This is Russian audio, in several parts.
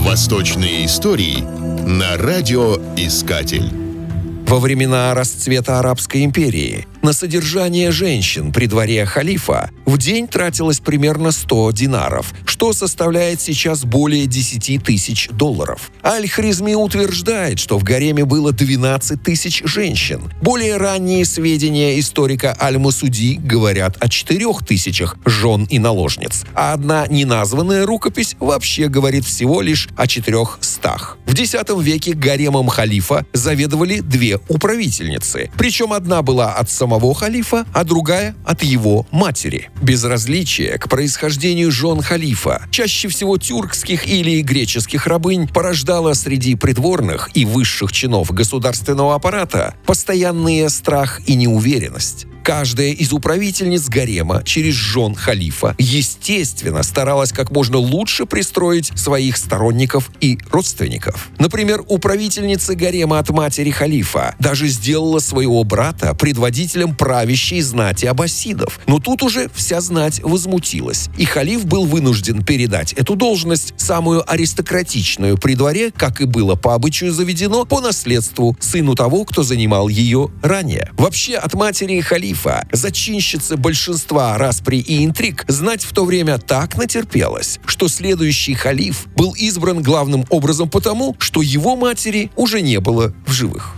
Восточные истории на радиоискатель. Во времена расцвета Арабской империи на содержание женщин при дворе халифа в день тратилось примерно 100 динаров, что составляет сейчас более 10 тысяч долларов. Аль-Хризми утверждает, что в гареме было 12 тысяч женщин. Более ранние сведения историка Аль-Масуди говорят о 4 тысячах жен и наложниц, а одна неназванная рукопись вообще говорит всего лишь о 400. В X веке гаремом халифа заведовали 2 управительницы, причем одна была от самого халифа, а другая от его матери. Безразличие к происхождению жен халифа, чаще всего тюркских или греческих рабынь, порождало среди придворных и высших чинов государственного аппарата постоянный страх и неуверенность. Каждая из управительниц гарема через жен халифа, естественно, старалась как можно лучше пристроить своих сторонников и родственников. Например, управительница гарема от матери халифа даже сделала своего брата предводителем правящей знати аббасидов. Но тут уже вся знать возмутилась, и халиф был вынужден передать эту должность, самую аристократичную при дворе, как и было по обычаю заведено, по наследству сыну того, кто занимал ее ранее. Вообще, от матери халифа, зачинщица большинства распри и интриг, знать в то время так натерпелась, что следующий халиф был избран главным образом потому, что его матери уже не было в живых.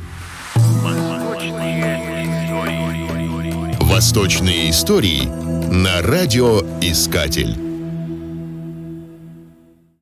Восточные истории на радиоискатель.